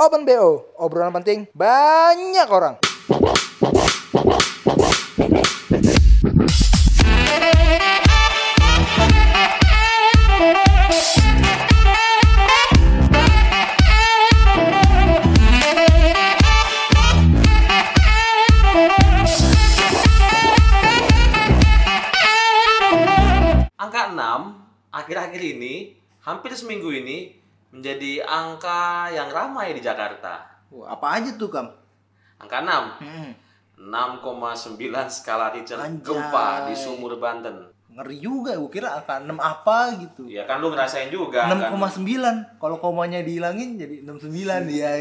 Open BO, obrolan penting banyak orang. Angka 6 akhir-akhir ini, hampir seminggu ini menjadi angka yang ramai di Jakarta. Wah, apa aja tuh, Kam? Angka 6. 6,9 skala Richter gempa di Sumur, Banten. Ngeri juga, gue kira angka 6 apa gitu. Ya kan lu ngerasain juga 6,9. kan? Kalau komanya dihilangin jadi 69. Iya.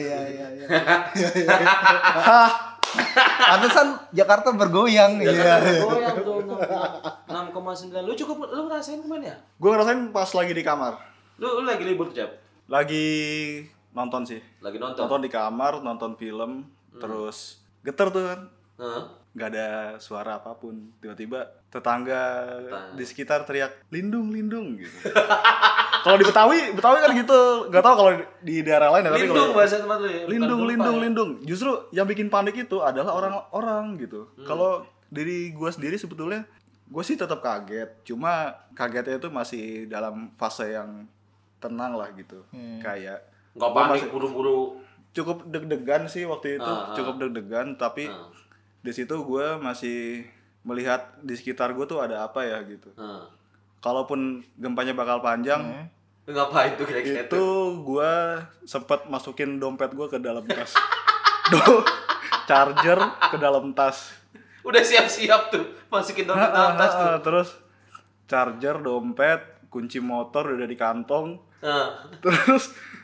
Pantesan Jakarta bergoyang. Jakarta bergoyang tuh 6,9. Lu ngerasain kemana ya? Gue ngerasain pas lagi di kamar. Lu lagi libur, Jap? Lagi nonton sih. Lagi nonton? Nonton di kamar, nonton film. Terus geter tuh kan. Gak ada suara apapun. Tiba-tiba tetangga di sekitar teriak, lindung gitu. Kalau di Betawi kan gitu. Gak tau kalau di daerah lain. Lindung bahasa tempat lu ya? Lindung. Justru yang bikin panik itu adalah orang-orang gitu. Kalau dari gue sendiri sebetulnya, gue sih tetap kaget. Cuma kagetnya itu masih dalam fase yang tenang lah gitu. Kayak nggak panik, buru-buru. Cukup deg-degan sih waktu itu. Cukup deg-degan, tapi di situ gue masih melihat di sekitar gue tuh ada apa ya gitu. Kalaupun gempanya bakal panjang, ngapain tuh kira-kira itu gue sempet masukin dompet gue ke dalam tas. Charger ke dalam tas. Udah siap-siap tuh masukin dompet dalam tas tuh. Terus charger, dompet, kunci motor udah di kantong. Terus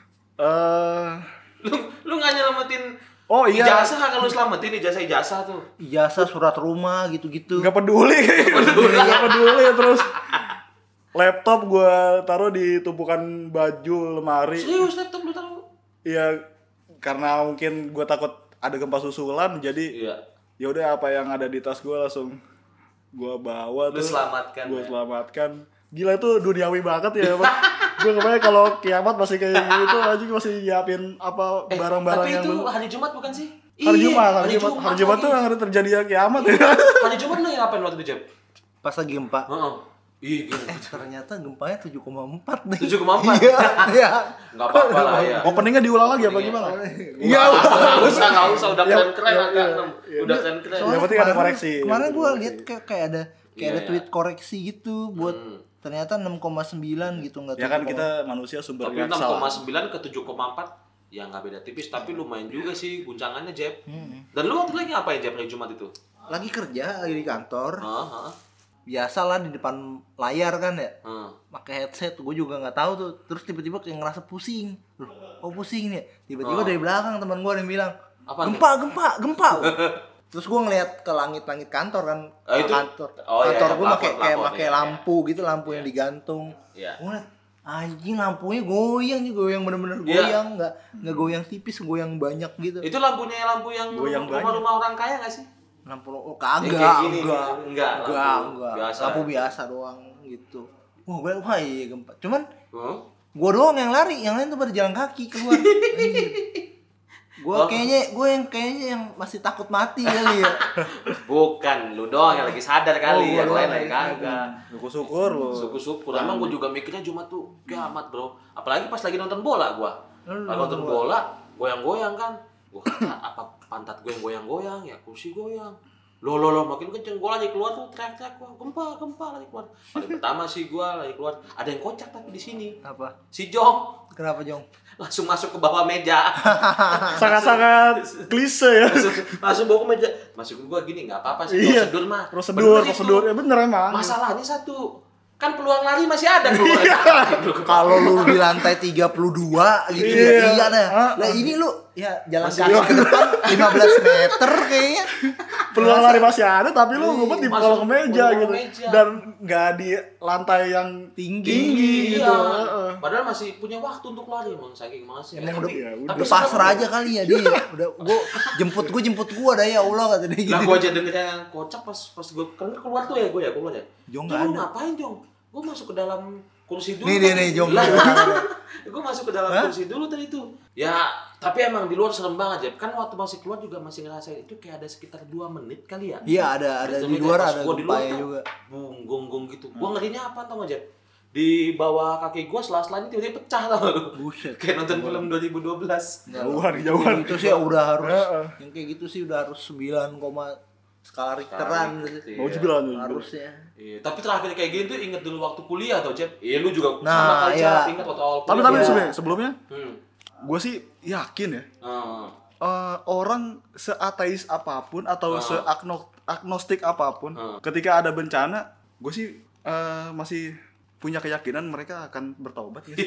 lu nggak nyelamatin ijazah? Kalau selamatin ijazah tuh. Ijazah, surat rumah gitu-gitu. Gak peduli Gak peduli. Terus laptop gue taruh di tumpukan baju lemari. Serius, laptop lu taruh? Iya, karena mungkin gue takut ada gempa susulan, jadi ya udah apa yang ada di tas gue langsung gue bawa tuh. Gue selamatkan. Gila itu duniawi banget ya, Pak. Gue kebayang kalau kiamat masih kayak gitu aja, masih nyiapin apa barang-barang yang tapi itu hari Jumat bukan sih? Hari Jumat tuh hari terjadi kiamat ya. Hari Jumat lu yang ngapain waktu itu, Jeb? Pas lagi gempa. Iya, ternyata gempanya 7,4 nih. 7,4? Iya. Enggak apa-apa lah ya. Openingnya diulang lagi apa gimana? Iya, enggak usah udah keren-keren angka 6. Udah keren-keren. Yang penting ada koreksi. Kemarin gue lihat kayak ada tweet koreksi gitu buat ternyata 6,9 gitu, enggak tahu. Ya kan kita manusia sumber tapi salah. 6,9 ke 7,4 ya nggak beda tipis, tapi lumayan juga sih guncangannya, Jeb. Dan lu waktu lagi ngapain, Jeb, hari Jumat itu? Lagi kerja, lagi di kantor. Biasalah di depan layar kan ya. Pakai headset, gue juga nggak tahu tuh. Terus tiba-tiba kayak ngerasa pusing. Pusing nih. Tiba-tiba dari belakang teman gue ada yang bilang, gempa. Terus gue ngeliat ke langit-langit kantor kan. Kantor gue pakai lampu gitu, lampu yang digantung. Gue ngeliat, anjing lampunya goyang bener-bener goyang, nggak goyang tipis, goyang banyak gitu. Itu lampu yang rumah-rumah orang kaya nggak sih? Lampu enggak. Biasa. Lampu biasa doang gitu. Wah iya gempa. Cuman gue doang yang lari, yang lain tuh pada jalan kaki keluar. Gue kayaknya yang masih takut mati kali ya. Bukan, lu doang yang lagi sadar kali, yang lain lagi kagak. Syukur lu. Syukur. Emang gue juga mikirnya Jumat tuh kiamat, bro. Apalagi pas lagi nonton bola gue. Pas nonton bola, goyang-goyang kan. Gue kata apa pantat gue yang goyang-goyang ya, kursi goyang. Loh makin kenceng. Gue lagi keluar tuh teriak-teriak, gempa lagi keluar. Paling pertama sih gue lagi keluar, ada yang kocak tapi di sini. Apa? Si Jong. Kenapa, Jong? Langsung masuk ke bawah meja. Sangat-sangat klise ya. Langsung bawa ke meja. Masuk gue gini, enggak apa-apa sih, prosedur. Ya bener emang. Masalahnya satu, kan peluang lari masih ada bro. Kalau lu di lantai 32 gitu iya dah. Lah ini lu ya jalan kaki ke depan 15 meter kayaknya. Peluang lari masih ada, tapi lu ngumpet di kolong meja gitu. Dan enggak di lantai yang tinggi gitu. Padahal masih punya waktu untuk lari, emang saking masih. Emang udah pasrah aja kali ya dia. Udah jemput gua dah ya Allah kata dia gitu. Lah gua aja denger yang kocak pas gua keluar tuh ya keluar ya. Jong ngapain, Jong? Gue masuk ke dalam kursi dulu. Nih Jong. Gue masuk ke dalam kursi dulu tadi tuh. Ya, tapi emang di luar serem banget, Jeb. Kan waktu masih keluar juga masih ngerasain itu kayak ada sekitar 2 menit kali ya. Iya, ada di luar ada gempanya juga. Gonggong gitu. Gua ngerinya apa tau gak, Jeb? Di bawah kaki gua sela-selanya tiba-tiba pecah tau lu. Buset. Kayak nonton film 2012. Jauhan. Itu sih udah harus yang kayak gitu sih udah harus 9, skala Richteran gitu. Mau juga harusnya. Iya, tapi terakhir kayak gini tuh inget dulu waktu kuliah tau, Jeb. Iya, lu juga sama kali iya. inget waktu awal Tapi kuliah. sebelumnya gue sih yakin ya orang seateis apapun atau seagnostik apapun ketika ada bencana gue sih masih punya keyakinan mereka akan bertaubat ya.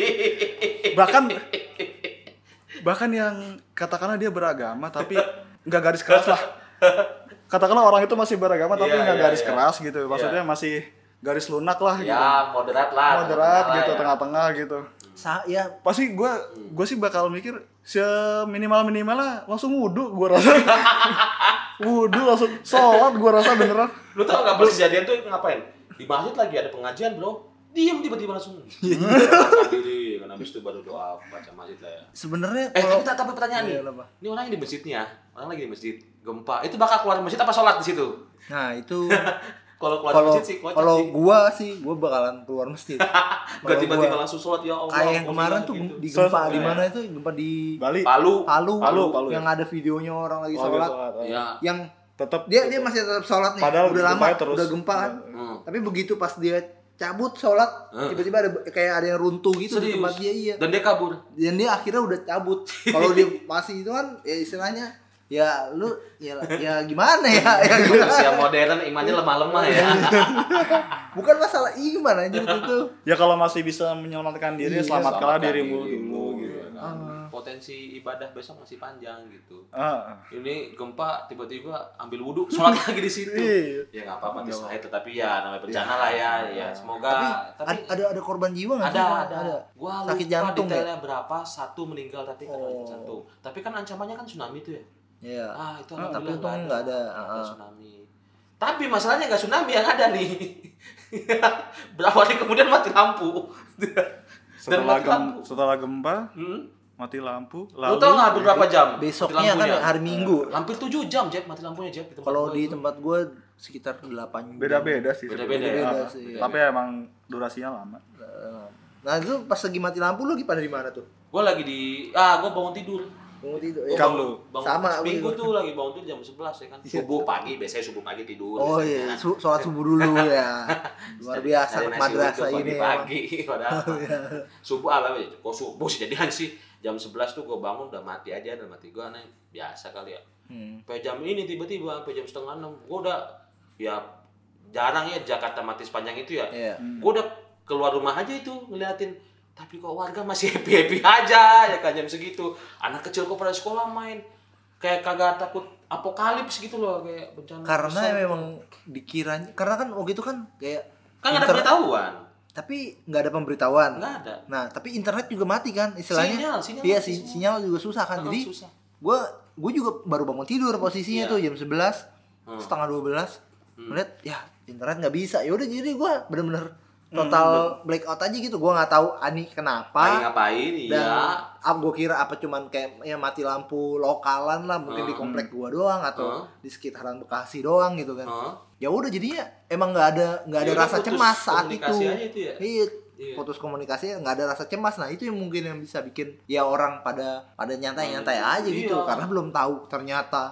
bahkan yang katakanlah dia beragama tapi nggak garis keras lah, katakanlah orang itu masih beragama tapi nggak garis keras gitu, maksudnya masih garis lunak lah gitu. Ya, moderat gitu, ya. tengah-tengah gitu. Ya pasti gue sih bakal mikir seminimal-minimalnya langsung wudhu, gue rasa. Wudhu langsung sholat, gue rasa beneran. Lu tau gak pas kejadian tuh ngapain? Di masjid lagi ada pengajian, bro. Diem tiba-tiba langsung. Diri kan habis itu baru doa baca masjid lah ya. Sebenarnya tapi pertanyaan nih. Ini orang yang di masjid nih ya. Orang lagi di masjid, gempa. Itu bakal keluar masjid apa sholat di situ? Nah, itu kalau keluar masjid sih kocak sih. Gua bakalan keluar masjid. Gak tiba-tiba langsung sholat ya Allah. Kayak yang kemarin tuh gitu. Di gempa di mana itu? Gempa di Palu yang ada videonya orang lagi sholat. Iya. Yang tetap dia masih tetap sholat nih. Padahal udah lama udah gempa kan. Hmm. Tapi begitu pas dia cabut sholat, tiba-tiba ada yang runtuh gitu di tempat dia. Iya. Dan dia kabur. Dan dia akhirnya udah cabut. Kalau dia masih itu kan ya istilahnya ya lu ya gimana ya manusia modern imannya lemah-lemah ya. Bukan masalah iman aja itu. Ya kalau masih bisa menyelamatkan diri, selamatkanlah dirimu dulu gitu. Potensi ibadah besok masih panjang gitu. Ini gempa tiba-tiba ambil wudhu, sholat lagi di situ. Ya nggak apa-apa saya, tetapi ya namanya bencana lah ya. Ya semoga. Tapi ada korban jiwa nggak? Ada. Gua sakit jantung detailnya berapa? 1 meninggal tapi karena jantung. Tapi kan ancamannya kan tsunami tuh ya. Iya. Itu tapi untung nggak ada. Tsunami. Tapi masalahnya nggak tsunami yang ada nih. Berapa hari kemudian mati lampu. Setelah gempa, mati lampu. Lu tau nggak berapa jam? Besoknya kan hari Minggu. Hampir 7 jam, Jeb, mati lampunya, Jeb. Kalau di tempat gue sekitar 8 jam. Beda-beda sih. Beda-beda sih. Tapi emang durasinya lama. Nah, itu pas lagi mati lampu lu lagi pada di mana tuh? Gue lagi gue bangun tidur. Bangun sama minggu tuh lagi bangun tidur jam 11 ya kan. Subuh pagi, biasanya subuh pagi tidur. Oh iya, sholat subuh dulu ya. Luar biasa madrasah ini. Pagi padahal. Subuh kok subuh sih jadian sih. Jam 11 tuh gue bangun udah mati aja, dan mati gue aneh. Biasa kali ya. Sampai jam ini tiba-tiba sampai jam 5:30 gue udah ya jarang ya Jakarta mati sepanjang itu ya. Gue udah keluar rumah aja itu ngeliatin. Tapi kok warga masih happy-happy aja ya kan jam segitu. Anak kecil kok pada sekolah main. Kayak kagak takut apokalips gitu loh, kayak bencana. Karena memang dikiranya, karena kan waktu itu kan kayak kan nggak ada pemberitahuan. Tapi nggak ada pemberitahuan. Nggak ada. Nah, tapi internet juga mati kan istilahnya. Sinyal juga susah kan. Jadi gue juga baru bangun tidur posisinya tuh jam 11, setengah 12. Melihat ya internet nggak bisa. Ya udah jadi gue bener-bener total blackout aja gitu. Gue nggak tahu Ani kenapa. Ngapain? Dan gue kira apa cuman kayak ya mati lampu lokalan lah, mungkin di komplek gue doang atau di sekitaran Bekasi doang gitu kan. Ya udah jadinya emang nggak ada rasa cemas saat itu. Iya. Putus komunikasi, nggak ada rasa cemas. Nah itu yang mungkin yang bisa bikin ya orang pada nyantai-nyantai aja gitu, karena belum tahu ternyata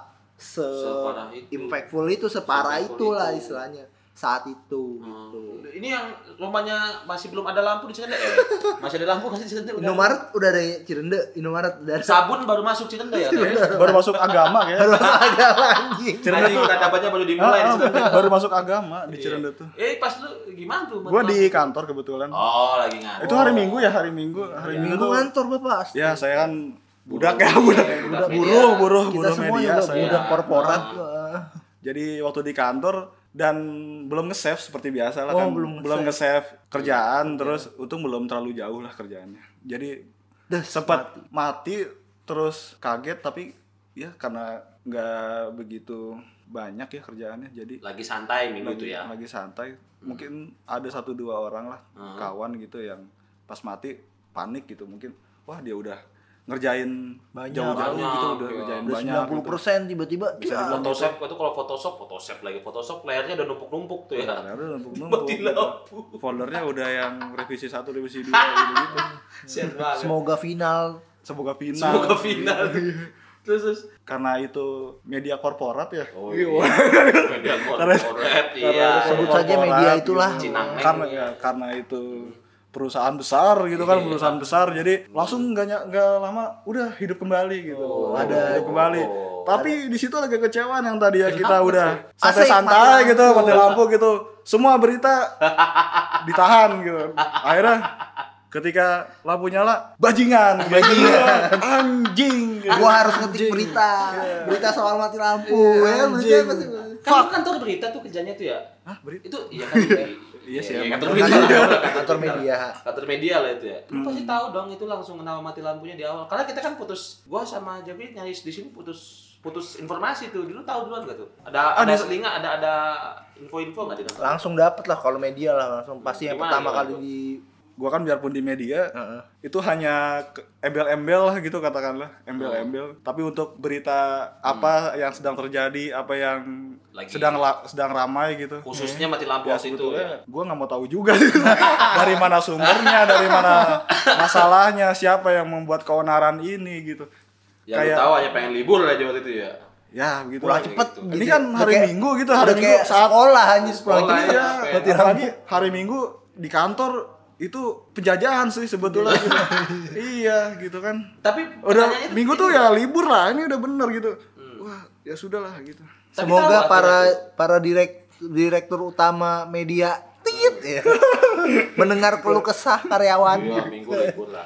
impactful itu, separah itulah istilahnya saat itu gitu. Ini yang rumahnya masih belum ada lampu di Cirende. Masih ada lampu masih di Cirende. Indomaret udah ada Cirende, Indomaret udah ada. Sabun baru masuk Cirende ya. Baru masuk agama kayaknya. Baru masuk agama anjing. Cirende tuh dapatnya baru dimulai di Cirende. Baru masuk agama di Cirende tuh. Pas lu gimana tuh? Gua di kantor kebetulan. Oh, lagi ngantor. Itu hari Minggu ya, hari Minggu tuh kantor Bapak. Ya, saya kan budak buruh media, saya budak korporat. Jadi waktu di kantor dan belum nge-save seperti biasa lah kan, belum nge-save kerjaan, terus untung belum terlalu jauh lah kerjaannya. Jadi sempat mati terus kaget, tapi ya karena nggak begitu banyak ya kerjaannya, jadi lagi santai minggu itu ya. Lagi santai. Mungkin ada 1-2 orang lah kawan gitu yang pas mati panik gitu, mungkin wah dia udah ngerjain jauh-jauh gitu, udah ngerjain banyak 90% gitu. Tiba-tiba bisa di Photoshop itu. Kalau Photoshop layarnya udah numpuk-numpuk tuh ya. Layarnya numpuk-numpuk. Foldernya udah yang revisi 1, revisi 2 gitu. Semoga final. Terus karena itu media korporat ya. Oh, iya. Media korporat. Iya. Sebut saja media itulah. Gitu. Karena itu perusahaan besar gitu kan, perusahaan besar, jadi langsung nggak lama udah hidup kembali gitu. Hidup kembali. Tapi di situ agak kecewaan yang tadi ya kita udah santai-santai gitu, mati lampu gitu. Semua berita ditahan gitu. Akhirnya ketika lampu nyala, bajingan. Anjing. Gua harus ngetik berita soal mati lampu. Ya, berita pasti. Kan kantor berita tuh kerjanya tuh ya. Hah, berita? Itu iya kan. Iya sih, kantor media lah itu ya. Lu pasti tahu dong itu langsung kenapa mati lampunya di awal. Karena kita kan gua sama Jabir nyaris di sini putus informasi tuh. Dulu tahu duluan gak tuh? Ada selinga, ada info-info enggak di kantor? Langsung dapet lah kalau media lah, langsung pasti yang pertama kali di gua kan biarpun di media itu hanya embel-embel lah gitu, katakanlah embel-embel, tapi untuk berita apa yang sedang terjadi, apa yang lagi sedang ramai gitu, khususnya mati lampu ya, itu ya. Gua nggak mau tahu juga dari mana sumbernya, dari mana masalahnya, siapa yang membuat keonaran ini gitu. Ya kayak tahu hanya pengen libur aja waktu itu ya. Ya begitu. Pulang cepet gitu. Ini kan hari Minggu gitu, hari Minggu saat sekolah anjir pulang cepet. Apalagi hari Minggu di kantor itu penjajahan sih sebetulnya gitu. Iya gitu kan. Tapi udah Minggu tuh ya libur lah, ini udah bener gitu. Wah ya sudahlah gitu. Semoga para direktur utama media ya. Mendengar keluh kesah karyawan. Minggu libur lah.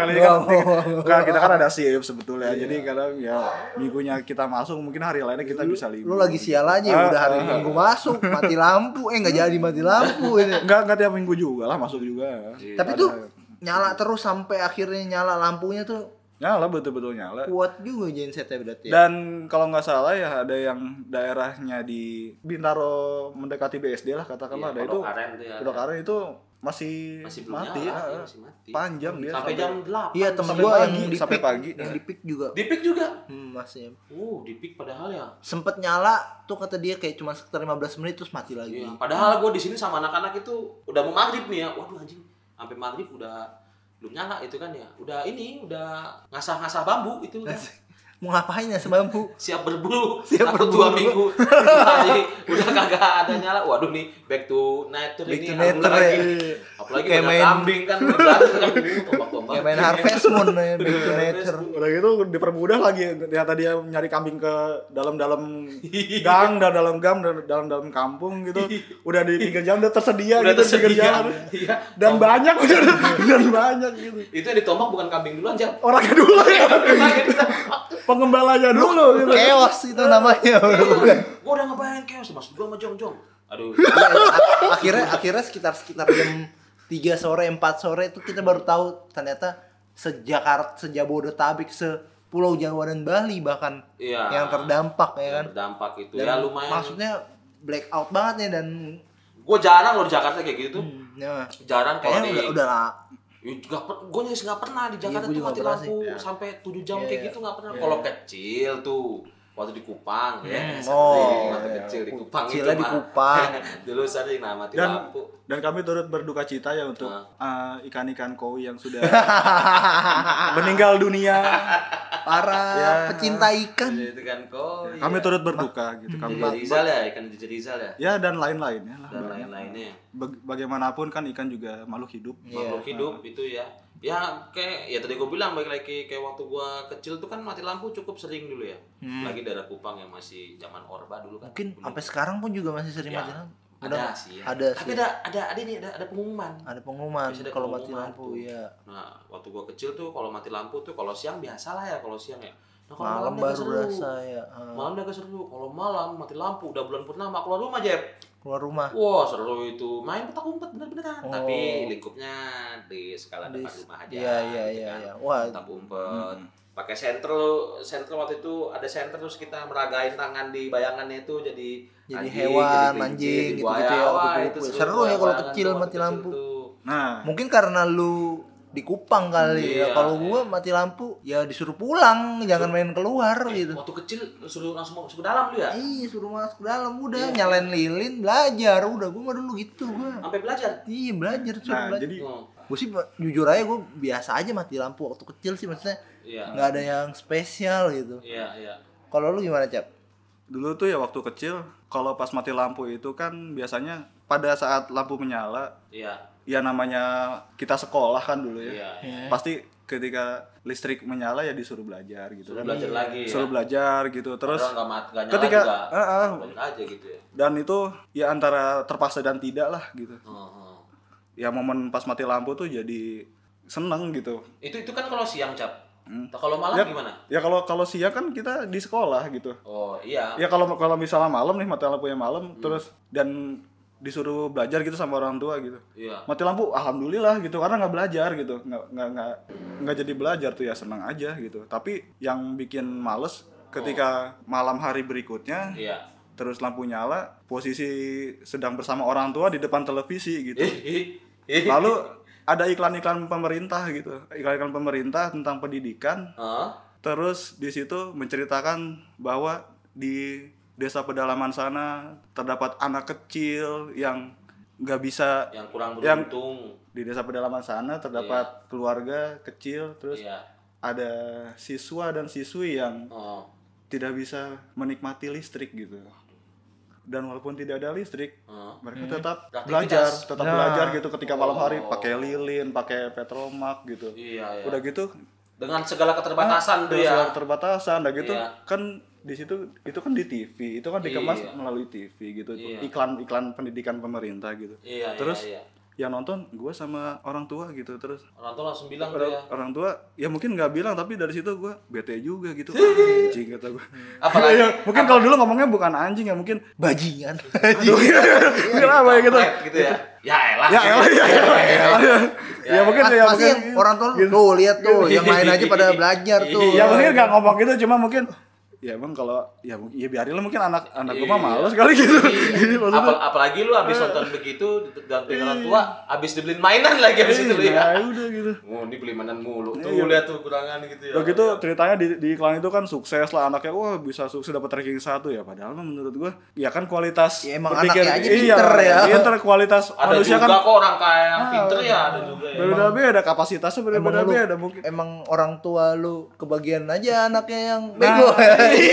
Enggak, kita kan ada shift sebetulnya. Jadi kadang ya minggunya kita masuk, mungkin hari lainnya kita bisa libur. Lu lagi sial aja udah hari Minggu masuk mati lampu, enggak jadi mati lampu ini. Enggak tiap minggu juga lah masuk juga. Tapi tuh nyala terus sampai akhirnya nyala lampunya tuh. Nyala, betul-betul nyala. Kuat juga gensetnya berarti. Dan kalau nggak salah ya ada yang daerahnya di Bintaro mendekati BSD lah katakanlah, ada itu. Karen itu masih mati. Masih mati. Panjang dia sampai jam 8. Iya, temen gua yang di sampai pagi. Yang di PIK juga. Di PIK juga? Masih. Di PIK padahal ya. Sempet nyala tuh kata dia kayak cuma sekitar 15 menit terus mati lagi. Iya, padahal gua di sini sama anak-anak itu udah mau maghrib nih ya. Waduh anjing. Sampai maghrib udah belum nyala itu kan ya. Udah ngasah-ngasah bambu itu kan. Mau ngapain ya sebambu? Siap berburu. 2 minggu. Udah kagak ada nyala. Waduh nih back to nature ini. Lagi. Apalagi kayak main kambing kan. Kayak main Harvest Moon ya, back to nature. Udah gitu dipermudah lagi. Ternyata dia nyari kambing ke dalam-dalam gang, dalam kampung gitu. Udah di pinggir jalan udah tersedia gitu di pinggir jalan. Dan banyak gitu. Itu yang ditombak bukan kambing duluan, Jam. Orangnya dulu ya. Pengembalanya dulu gitu. Chaos itu namanya. Gua udah ngebayangin chaos, maksud gua sama Jong. Aduh. Akhirnya sekitar jam 3 sore, 4 sore itu kita baru tahu ternyata Sejabodetabek, Pulau Jawa dan Bali bahkan yang terdampak ya kan. Terdampak itu dan ya lumayan. Maksudnya blackout banget ya, dan gua jarang loh di Jakarta kayak gitu. Jarang kayaknya udah gue nyaris nggak pernah di Jakarta tuh mati lampu sampai 7 jam kayak gitu nggak pernah. Kalau kecil tuh waktu di Kupang waktu kecil di Kupang itu di Kupang dulu sering mati lampu. Dan kami turut berduka cita ya untuk ikan-ikan koi yang sudah meninggal dunia. Para pecinta ikan. Itu kan koi. Kami turut berduka gitu. Kami Rizal ya, ikan Rizal ya. Ya dan lain-lainnya lah. Dan lain-lainnya. Bagaimanapun kan ikan juga makhluk hidup. Makhluk hidup itu ya. Ya kayak ya tadi gue bilang balik lagi kayak waktu gue kecil tuh kan mati lampu cukup sering dulu ya. Lagi daerah Kupang yang masih zaman Orba dulu kan. Mungkin sampai sekarang pun juga masih sering mati lampu. Ada sih. Tapi ada pengumuman. Ada pengumuman kalau mati lampu ya. Nah, waktu gua kecil tuh kalau mati lampu tuh kalau siang biasa lah ya, kalau siang ya. Nah, kalau malam baru berasa ya. Malam udah seru. Kalau malam mati lampu udah bulan purnama keluar rumah, Jeb. Keluar rumah. Wah, seru itu. Main petak umpet bener-beneran. Tapi lingkupnya di skala depan rumah aja. Iya. Wah, petak umpet. Pakai senter waktu itu ada senter terus kita meragain tangan di bayangannya itu jadi hewan, anjing gitu ya. Itu seru ya kalau kecil mati lampu. Nah, mungkin karena lu di Kupang kali. Ya, kalau gua mati lampu ya disuruh pulang, jangan main keluar gitu. Waktu kecil suruh langsung masuk ke dalam lu ya? Iya, suruh masuk ke dalam udah nyalain lilin, belajar. Udah gua mah dulu gitu gua. Sampai belajar. Iya, belajar suruh belajar. Jadi gua sih jujur aja gua biasa aja mati lampu waktu kecil sih, maksudnya nggak ada yang spesial gitu. Iya. Kalau lu gimana, Cap? Dulu tuh ya waktu kecil kalau pas mati lampu itu kan biasanya pada saat lampu menyala. Iya. Ya namanya kita sekolah kan dulu ya. Iya. Pasti ketika listrik menyala ya disuruh belajar gitu suruh kan. Belajar lagi. Suruh belajar gitu. Terus gak ketika belajar aja gitu ya. Dan itu ya antara terpaksa dan tidak lah gitu. Ya momen pas mati lampu tuh jadi seneng gitu. Itu kan kalau siang, Cap. Kalau malam gimana? Ya kalau siang kan kita di sekolah gitu. Oh iya. Ya kalau misalnya malam nih mati lampunya malam terus dan disuruh belajar gitu sama orang tua gitu. Iya. Mati lampu alhamdulillah gitu karena nggak belajar gitu. Nggak jadi belajar tuh ya senang aja gitu. Tapi yang bikin males ketika malam hari berikutnya. Iya. Terus lampu nyala, posisi sedang bersama orang tua di depan televisi gitu. Lalu ada iklan-iklan pemerintah gitu, iklan-iklan pemerintah tentang pendidikan. Terus di situ menceritakan bahwa di desa pedalaman sana terdapat anak kecil yang nggak bisa, yang kurang beruntung. Di desa pedalaman sana terdapat keluarga kecil, terus ada siswa dan siswi yang tidak bisa menikmati listrik gitu. Dan walaupun tidak ada listrik, mereka tetap belajar gitu ketika malam hari pakai lilin, pakai petromak gitu. Iya. Udah gitu dengan segala keterbatasan tuh ya. Segala keterbatasan, udah gitu kan di situ itu kan di TV, itu kan dikemas melalui TV gitu, iklan pendidikan pemerintah gitu. Terus yang nonton gue sama orang tua gitu, terus orang tua langsung bilang tuh ya. Orang tua ya mungkin nggak bilang, tapi dari situ gue bete juga gitu. Anjing kata gue. Apalagi ya, mungkin kalau dulu ngomongnya bukan anjing ya, mungkin bajingan. Mungkin apa ya gitu. Gitu ya. Ya elah. Ya mungkin ya mungkin orang tua tuh lihat tuh yang main aja pada belajar tuh. Ya mungkin nggak ngomong gitu, cuma mungkin ya emang kalau ya biarin lah, mungkin anak gue mah males kali gitu. Apalagi lu abis nonton begitu dengan orang tua, abis dibeliin mainan lagi abis itu ya. Ya udah gitu. Oh, ini beli mainan mulu. Tuh lihat tuh kurangan gitu ya. Udah gitu ceritanya di iklan itu kan sukses lah anaknya, wah bisa sukses dapat ranking 1 ya, padahal mah menurut gue ya kan kualitas ya, emang anaknya aja pinter ya. Pinter, kualitas ada manusia kan. Ada juga kok orang kaya yang pinter ya, ada juga ya. Beda-beda kapasitasnya, beda-beda mungkin. Emang orang tua lu kebagian aja anaknya yang bego ya.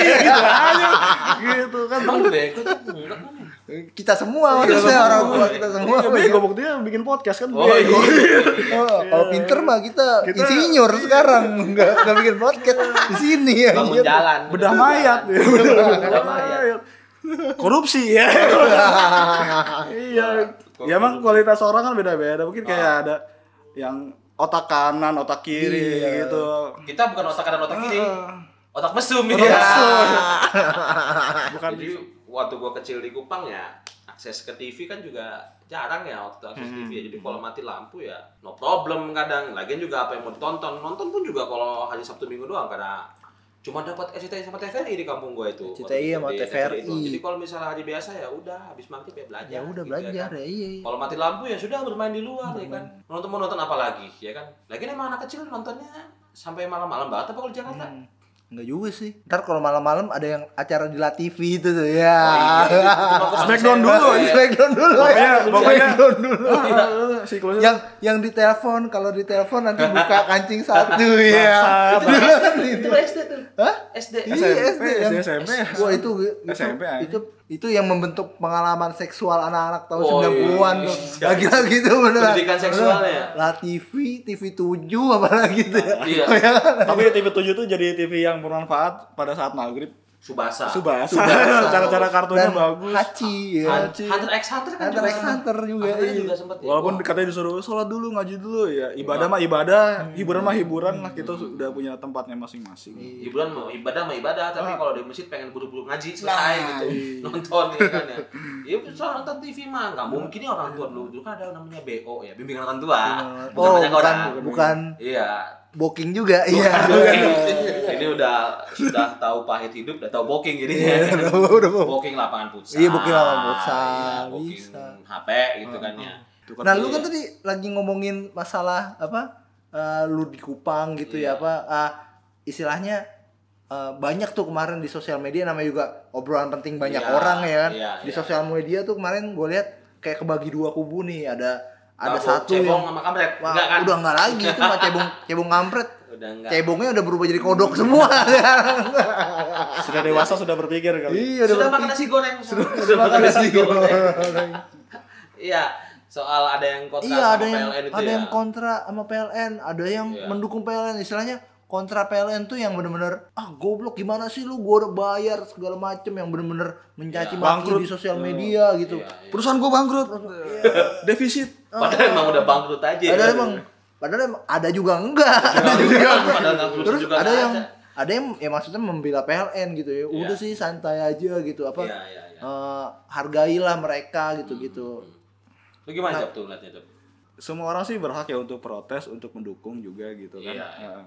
Gitu kan. Emang bego tuh enggak kan? Kita semua maksudnya orang tua kita semua. Bego buktinya bikin podcast kan. Kalau pinter mah kita insinyur sekarang, enggak bikin podcast di sini ya. Bangun jalan. Bedah mayat. Bedah mayat. Korupsi ya. Iya. Ya emang kualitas orang kan beda-beda. Mungkin kayak ada yang otak kanan, otak kiri gitu. Kita bukan otak kanan, otak kiri. Otak mesum ya. Bukan. Jadi waktu gua kecil di Kupang ya, akses ke TV kan juga jarang ya waktu akses TV ya. Jadi kalau mati lampu ya no problem kadang. Lagian juga apa yang mau ditonton, nonton pun juga kalau hari Sabtu Minggu doang, karena cuma dapat SCTI sama TVRI di kampung gua itu. SCTI sama TVRI. Jadi kalau misalnya hari biasa ya udah habis maghrib ya belajar. Ya udah gitu belajar ya kan. Iya. Kalau mati lampu ya sudah bermain di luar ya kan. Mau nonton apa lagi ya kan. Lagian emang anak kecil nontonnya sampai malam-malam banget apa kalau di Jakarta? Enggak juga sih. Ntar kalau malam-malam ada yang acara di La TV itu tuh ya. Smackdown dulu. Pokoknya yang ditelepon, kalau ditelepon nanti buka kancing satu ya. Itu SD tuh. Hah? SD. SD SMP. Wah itu yang membentuk pengalaman seksual anak-anak tahun 90-an tuh. Lagi-lagi tuh beneran. Pendidikan seksualnya. La TV 7 apalagi tuh ya. Iya. Tapi TV 7 tuh jadi TV yang bermanfaat pada saat maghrib. Subasa. Cara-cara kartunya bagus. Hachi ya. Hunter x Hunter kan. Hunter x Hunter juga. Juga sempet. Walaupun katanya disuruh sholat dulu, ngaji dulu ya. Ibadah mah ibadah, hiburan mah hiburan lah. Kita sudah punya tempatnya masing-masing. Hiburan mah ibadah mah ibadah, tapi kalau di masjid pengen buru-buru ngaji selesai gitu. Nonton ya kan ya. Iya, soal nonton TV mah enggak mungkin ya orang tua dulu kan ada namanya BO ya, bimbingan orang tua. Bukan. Iya. Booking juga, iya. Ini sudah tahu pahit hidup, udah tahu booking jadinya. Booking lapangan futsal. Iya, booking lapangan futsal. Booking bisa. HP gitu kan ya. Nah, lu kan tadi lagi ngomongin masalah apa? lu di Kupang gitu ya apa istilahnya banyak tuh kemarin di sosial media namanya juga obrolan penting banyak orang ya kan. Di sosial media tuh kemarin gue lihat kayak kebagi dua kubu nih, ada satu cebong yang sama kampret. Udah enggak lagi itu mah cebong kampret. Cebongnya udah berubah jadi kodok semua. Sudah dewasa, sudah berpikir kali. Iya, sudah makan nasi goreng. Sudah makan nasi goreng. Iya, soal ada yang kontra sama PLN itu ada yang kontra sama PLN, ada yang mendukung PLN, istilahnya kontra PLN tuh yang bener-bener goblok gimana sih lu, gua udah bayar segala macem, yang bener-bener mencaci maki di sosial media gitu. Perusahaan gua bangkrut. Defisit. Padahal emang udah bangkrut aja. Padahal emang ada juga enggak. Terus ada yang ya maksudnya membela PLN gitu ya. Udah sih santai aja gitu apa. Hargailah mereka gitu-gitu. Lu gimana Jap tuh ngeliatnya tuh? Semua orang sih berhak ya untuk protes, untuk mendukung juga gitu kan.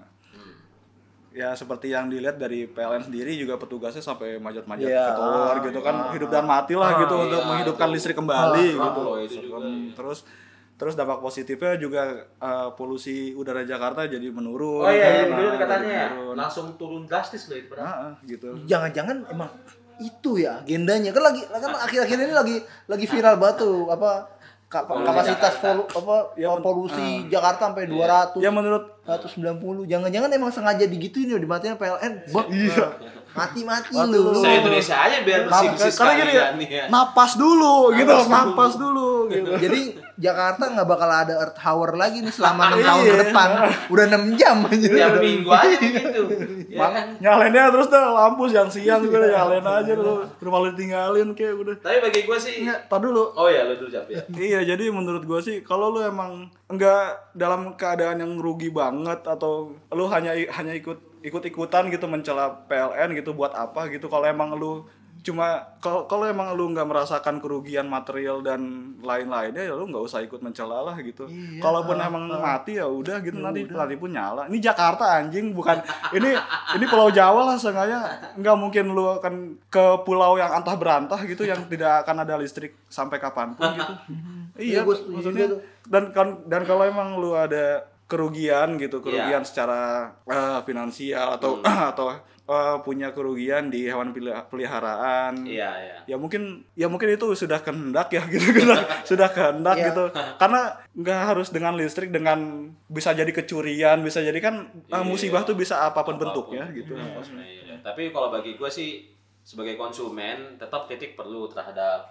Ya seperti yang dilihat dari PLN sendiri juga petugasnya sampai manjat-manjat ke tower gitu kan, hidup dan mati lah gitu untuk menghidupkan listrik kembali gitu. Terus dampak positifnya juga polusi udara Jakarta jadi menurun. Oh iya, menurun katanya. Langsung turun drastis loh itu gitu. Jangan-jangan emang itu ya agendanya. Kan akhir-akhir ini lagi viral batu apa kapasitas polusi Jakarta sampai 200. Ya menurut 190. Jangan-jangan emang sengaja digituin ya dimatiin PLN. Mati-mati lu. Se-Indonesia aja biar bersih-bersih sekalian nih ya. Napas dulu gitu. Jadi Jakarta nggak bakal ada Earth Hour lagi nih selama 6 tahun ke depan. Udah 6 jam aja. Tiap minggu aja gitu. Nyalainnya terus dah lampu siang juga nyalain aja lu. Rumah lu tinggalin kayak udah. Tapi bagi gua sih tar dulu. Oh iya, lu dulu Jap ya. Iya, jadi menurut gua sih kalau lu emang enggak dalam keadaan yang rugi banget atau lu hanya ikut-ikutan gitu mencela PLN gitu buat apa gitu, kalau emang lu kalau emang lu nggak merasakan kerugian material dan lain-lainnya ya lu nggak usah ikut mencela lah gitu. Kalaupun emang mati ya udah gitu, nanti pun nyala. Ini Jakarta anjing, bukan ini Pulau Jawa lah, seenggaknya nggak mungkin lu akan ke pulau yang antah berantah gitu yang tidak akan ada listrik sampai kapanpun gitu. Iya, maksudnya dan kalau emang lu ada kerugian secara finansial atau punya kerugian di hewan peliharaan. Ya mungkin itu sudah kehendak ya gitu. Sudah kehendak gitu. Karena nggak harus dengan listrik, dengan bisa jadi kecurian, bisa jadi kan musibah tuh bisa apapun bentuknya gitu. Tapi kalau bagi gue sih sebagai konsumen tetap kritik perlu terhadap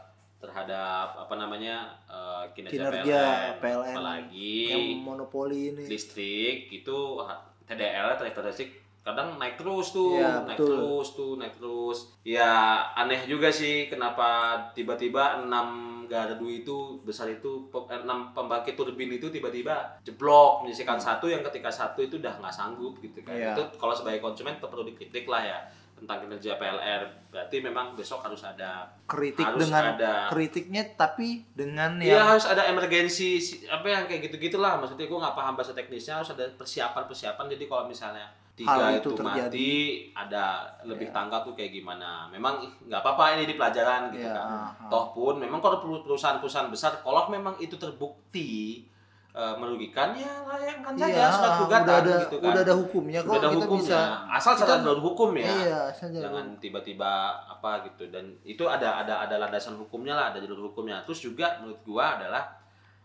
kinerja PLN apalagi yang monopoli ini. Listrik itu TDL, tarif listrik kadang naik terus tuh. Ya aneh juga sih kenapa tiba-tiba 6 gardu itu besar itu 6 pembangkit turbin itu tiba-tiba jeblok menyisikan satu yang ketika satu itu udah nggak sanggup gitu kan. Itu kalau sebagai konsumen perlu dikritik lah ya tentang kinerja PLR. Berarti memang besok harus ada kritiknya tapi dengan harus ada emergensi apa yang kayak gitu-gitulah. Maksudnya gue nggak paham bahasa teknisnya, harus ada persiapan. Jadi kalau misalnya 3 itu mati, ada lebih tangga tuh kayak gimana. Memang nggak apa-apa ini di pelajaran gitu kan. Toh pun memang kalau perusahaan-perusahaan besar kalau memang itu terbukti merugikan ya layangkan saja surat gugatan gitu kan. Udah ada hukumnya kok. Udah ada hukumnya. Asal secara jalur hukum ya. Jangan tiba-tiba apa gitu, dan itu ada landasan hukumnya lah, ada jalur hukumnya. Terus juga menurut gua adalah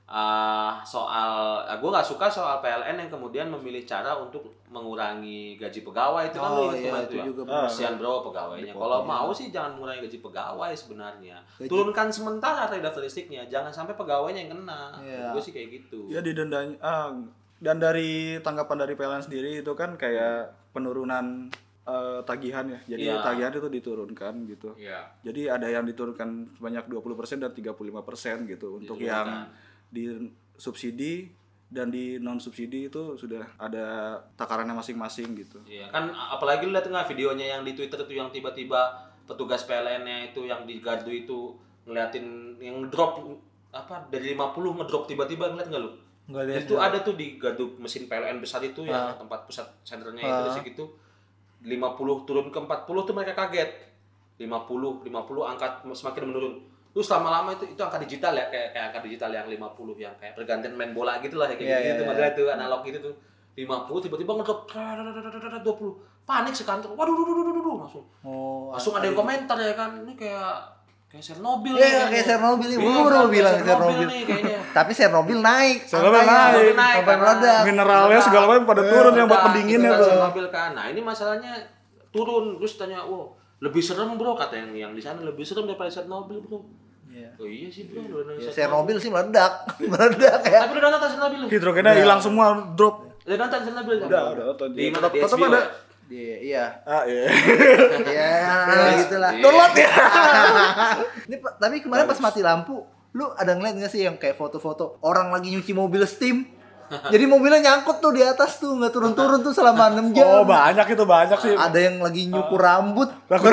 soal gua nggak suka soal PLN yang kemudian memilih cara untuk mengurangi gaji pegawai itu kan itu juga kasihan bro pegawainya. Kalau mau sih jangan mengurangi gaji pegawai sebenarnya. Turunkan sementara tarif listriknya, jangan sampai pegawainya yang kena. Gue sih kayak gitu. Ya didendanya dan dari tanggapan dari PLN sendiri itu kan kayak penurunan tagihan ya. Jadi tagihan itu diturunkan gitu. Jadi ada yang diturunkan sebanyak 20% dan 35% gitu untuk yang di subsidi dan di non subsidi itu sudah ada takarannya masing-masing gitu. Iya kan, apalagi lu lihat nggak videonya yang di Twitter itu yang tiba-tiba petugas PLN-nya itu yang di gardu itu ngeliatin yang drop apa dari 50 ngedrop tiba-tiba, ngeliat nggak lu? Itu ada tuh di gardu mesin PLN besar itu ya, tempat pusat senternya itu di situ 50 turun ke 40 tuh mereka kaget. 50 angkat semakin menurun. Terus lama-lama itu angka digital ya, kayak angka digital yang 50 yang kayak pergantian main bola gitu lah kayak gitu. Padahal itu analog gitu tuh. 50 tiba-tiba ngedrop 20. Panik sekantor. Waduh langsung. Langsung ada yang komentar ya kan. Ini kayak Chernobyl ya, kayak Chernobyl. Gue baru bilang Chernobyl nih kayaknya. Tapi Chernobyl naik. Chernobyl naik. Sampai meledak. Mineralnya segala macam pada turun yang buat pendinginnya tuh. Chernobyl kan. Nah, ini masalahnya turun terus tanya, "Wow, lebih serem bro," kata yang di sana, lebih serem daripada Chernobyl, bro. Iya. Oh iya sih, bro. Chernobyl sih meledak. Meledak ya. Tapi udah nonton Chernobyl. Hidrogennya hilang semua, drop. Udah nonton Chernobyl. Udah nonton. Di mana? Tetap ada. Iya. Iya. Ya, gitulah. Download ya. Ini tapi kemarin pas mati lampu, lu ada ngeliat nggak sih yang kayak foto-foto orang lagi nyuci mobil steam? Jadi mobilnya nyangkut tuh di atas tuh, nggak turun-turun tuh selama 6 jam. Oh, banyak sih. Ada yang lagi nyukur rambut.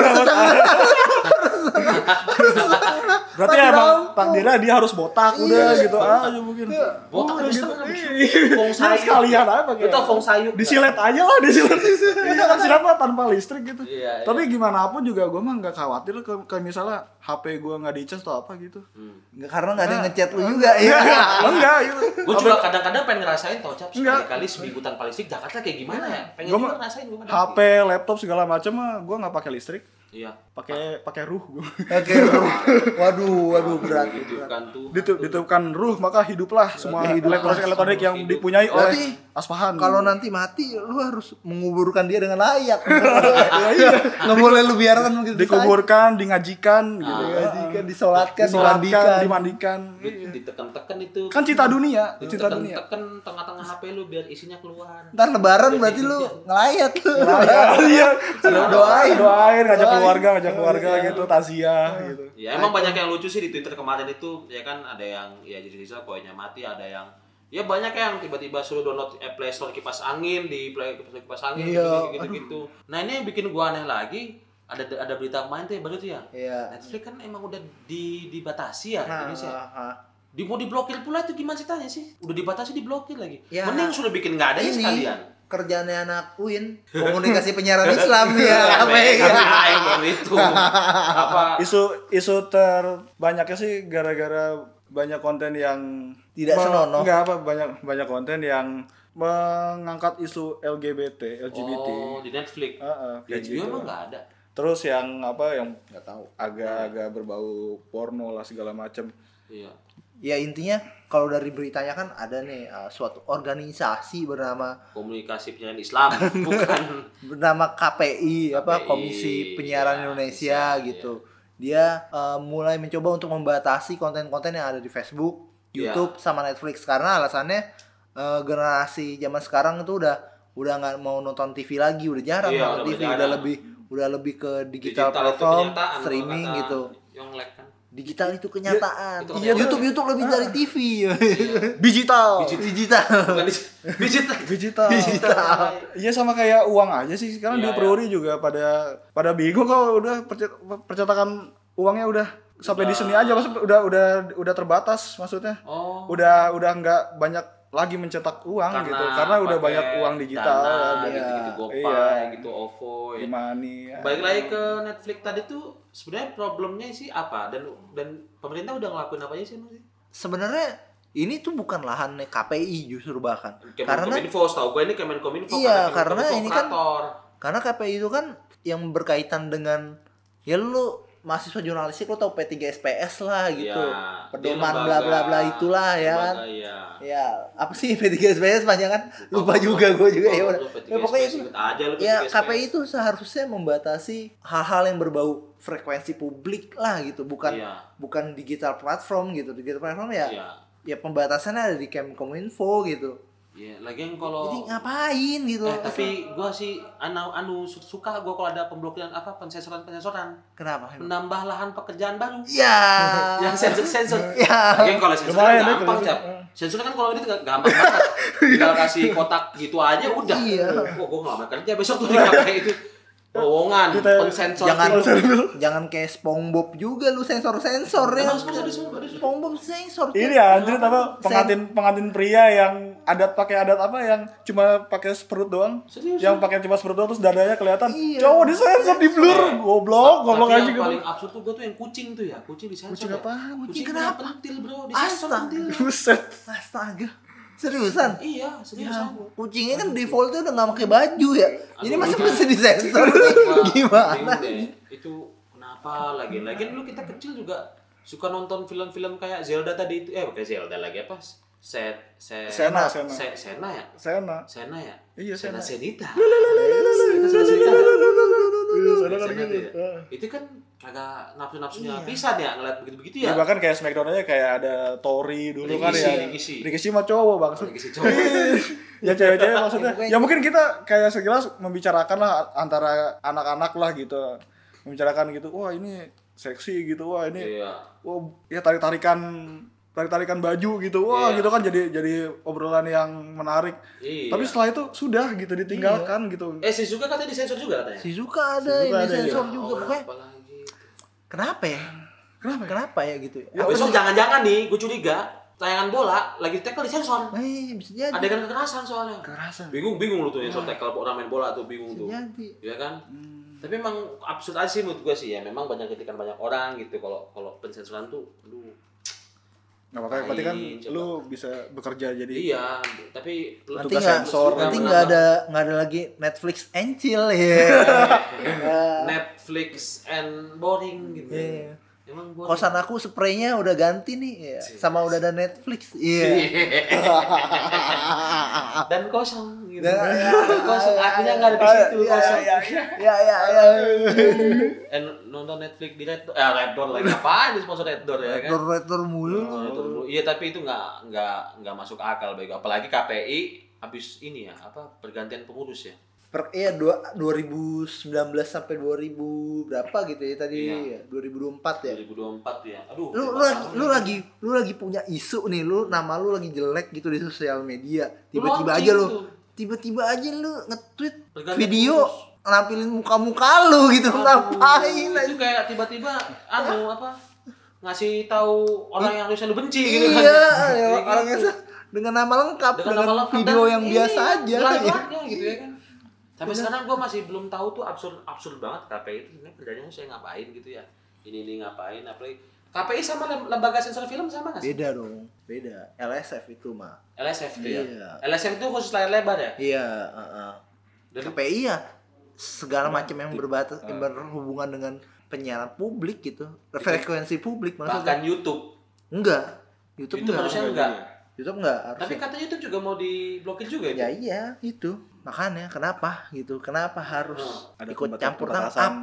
Berarti emang takdirnya dia harus botak udah gitu aja mungkin. Botak gitu. Feng sekalian apa kayak. Itu feng sayuk. Disilet aja lah, disilet. Iya kan siapa tanpa listrik gitu. Iya. Tapi gimana pun juga gue mah enggak khawatir kayak misalnya HP gue enggak dicas atau apa gitu. Enggak, karena enggak ada yang ngechat lu juga ya. Enggak gitu. Gue juga kadang-kadang pengen ngerasain tau Cap, sekali seminggu tanpa listrik Jakarta kayak gimana ya? Pengen juga ngerasain gue. HP, laptop segala macam mah gue enggak pakai listrik. Iya. Pakai ruh gue. Pakai ruh. Waduh berat. Ditutupkan ruh maka hiduplah semua elektronik yang dipunyai oleh Aspahan. Kalau nanti mati lu harus menguburkan dia dengan layak. Nggak boleh lu biarkan begitu. Dikuburkan, dingajikan gitu. Dingajikan, disolatkan, dimandikan. Ditekan-tekan itu. Kan cita dunia. Tekan tengah-tengah HP lu biar isinya keluar. Ntar lebaran berarti lu ngelayat lu. Iya. Doain ngajak keluarga gitu, takziah gitu. Ya emang banyak yang lucu sih di Twitter kemarin itu, ya kan ada yang ya jadi koinnya mati, ada yang ya banyak yang tiba-tiba suruh download Play Store kipas angin di kipas angin gitu. Nah, ini yang bikin gua aneh lagi, ada berita kemarin tuh ya baru tuh ya. Netflix kan emang udah dibatasi ya Indonesia. Mau diblokir pula itu gimana ceritanya sih? Udah dibatasi diblokir lagi. Mending sudah bikin enggak ada ya sekalian. Kerjaannya anak UIN, komunikasi penyiaran Islam ya. Itu apa? Isu terbanyaknya sih gara-gara banyak konten yang tidak senonoh. Banyak konten yang mengangkat isu LGBT. Oh, di Netflix. Kayak gitu. Emang enggak ada. Terus yang nggak tahu, agak berbau porno lah segala macam. Iya. Ya intinya kalau dari beritanya kan ada nih suatu organisasi bernama Komunikasi Penyiaran Islam, bukan bernama KPI, Komisi Penyiaran Indonesia gitu. Dia mulai mencoba untuk membatasi konten-konten yang ada di Facebook, YouTube sama Netflix karena alasannya generasi zaman sekarang itu udah nggak mau nonton TV lagi, udah jarang nonton TV, udah lebih ke digital platform, streaming gitu. Digital itu kenyataan. YouTube lebih dari TV. Digital. Iya sama kayak uang aja sih. Sekarang di Priori juga pada bingung kalau udah percetakan uangnya udah sampai di sini aja, maksudnya udah terbatas maksudnya. Udah enggak banyak lagi mencetak uang gitu karena udah banyak uang digital gitu GoPay gitu OVO ya. Money. Balik lagi ke Netflix tadi tuh sebenarnya problemnya sih apa dan pemerintah udah ngelakuin apa aja sih Mas? Sebenarnya ini tuh bukan lahannya KPI justru bahkan Kemenkominfo, setahu gue ini Kemenkominfo. Iya, karena ini kan karena KPI itu kan yang berkaitan dengan ya lu mahasiswa jurnalistik lo tau P3SPS lah gitu. Pedoman bla bla bla itulah ya kan. Ya, apa sih P3SPS panjangan? Lupa juga gue juga ya udah. Ya pokoknya itu. Ya KPI itu seharusnya membatasi hal-hal yang berbau frekuensi publik lah gitu, bukan digital platform gitu. Digital platform ya pembatasannya ada di Kemenkominfo gitu. Iya, lagian kalau jadi ngapain gitu. Tapi gua sih suka gua kalau ada pemblokiran pensensoran. Kenapa? Menambah lahan pekerjaan baru. Iya. Yang sensor. Iya. Lagian kalau sensor gampang, Cap. Sensor kan kalau ini gampang banget. Tinggal kasih kotak gitu aja udah. Iya. Gua ngelamar kerja besok tuh dipakai itu. Terowongan, pensensor. Jangan kayak SpongeBob juga lu sensor ya. SpongeBob sensor. Ini anjir apa pengantin pria yang pakai adat apa yang cuma pakai seperut doang. Serius? Yang pakai cuma seperut doang terus dadanya kelihatan. Cowok disensor di blur. Goblok aja gitu. Yang paling absurd tuh gua tuh yang kucing tuh ya. Kucing disensor. Kucing apa? Kucing kenapa? Pentil, Bro. Disensor pentil. Buset. Astaga. Seriusan? Iya, seriusan. Ya, kucingnya kan defaultnya udah nggak pakai baju ya. Ini masih disensor nih. Gimana? Itu kenapa lagi dulu kita kecil juga suka nonton film-film kayak Zelda tadi itu. Bukan Zelda lagi apa? Sena ya? Sena ya? Iya, Sena Senita. Itu kan agak nafsu-nafsunya pisan ya ngeliat begitu-begitu ya. Bahkan kayak Smackdown aja kayak ada Tori dulu kan ya. Rikishi mah cowok Bang. Ya cewek-cewek maksudnya. Ya mungkin kita kayak sekilas membicarakan lah antara anak-anak lah gitu. Membicarakan gitu. Wah, ini seksi gitu. Wah, ini wah ya tarik-tarikan baju gitu. Wah, gitu kan jadi obrolan yang menarik. Tapi setelah itu sudah gitu ditinggalkan gitu. Shizuka katanya disensor juga katanya. Shizuka ada disensor juga pokoknya. Kenapa ya gitu ya? Besok jangan-jangan nih, gue curiga tayangan bola lagi tackle disensor. Bisa jadi. Adegan kekerasan soalnya. Bingung lu tuh yang tackle orang main bola tuh bingung tuh. Jadi. Ya kan? Tapi emang absurd aja sih menurut gue sih ya. Memang banyak kritikan banyak orang gitu kalau pensensoran tuh lu nggak apa-apa, berarti kan lu bisa bekerja jadi. Iya, tapi nanti nggak ada lagi Netflix and chill ya. Netflix and boring gitu. Yeah. Emang boring. Kosan aku spraynya udah ganti nih, ya. Sama udah ada Netflix. Iya. Dan kosong gitu. Kosong, akunya nggak ada di situ. Kosong. Ya. Nonton Netflix di Red Door lagi apaan di sponsor Red Door ya kan? Red Door mulu. Iya, tapi itu nggak masuk akal bego. Apalagi KPI habis ini ya pergantian pengurus ya. 2019 sampai 2000 berapa gitu ya tadi ya, 2024 ya. 2024 ya. Aduh. Lu lagi punya isu nih, nama lu lagi jelek gitu di sosial media. Tiba-tiba aja lu nge-tweet video nampilin muka-muka lu gitu. Ngapain? Itu kayak tiba-tiba ngasih tahu orang yang harusnya lu benci gitu kan. Iya, orangnya dengan nama lengkap dengan video yang biasa aja gitu ya kan. Tapi sekarang gue masih belum tahu tuh absurd banget KPI itu sebenarnya kerjanya saya ngapain gitu ya. Ini ngapain, apalagi KPI sama lembaga sensor film sama nggak sih? Beda dong, beda. LSF itu mah. LSF itu ya. LSF itu khusus layar lebar ya? Iya. KPI ya segala macam yang berhubungan dengan penyiaran publik gitu, frekuensi publik maksudnya. Bahkan YouTube. Enggak. YouTube harusnya enggak. YouTube enggak harusnya. Tapi katanya YouTube juga mau diblokir juga ya? Ya iya, itu. Makanya kenapa harus ikut campur tangan?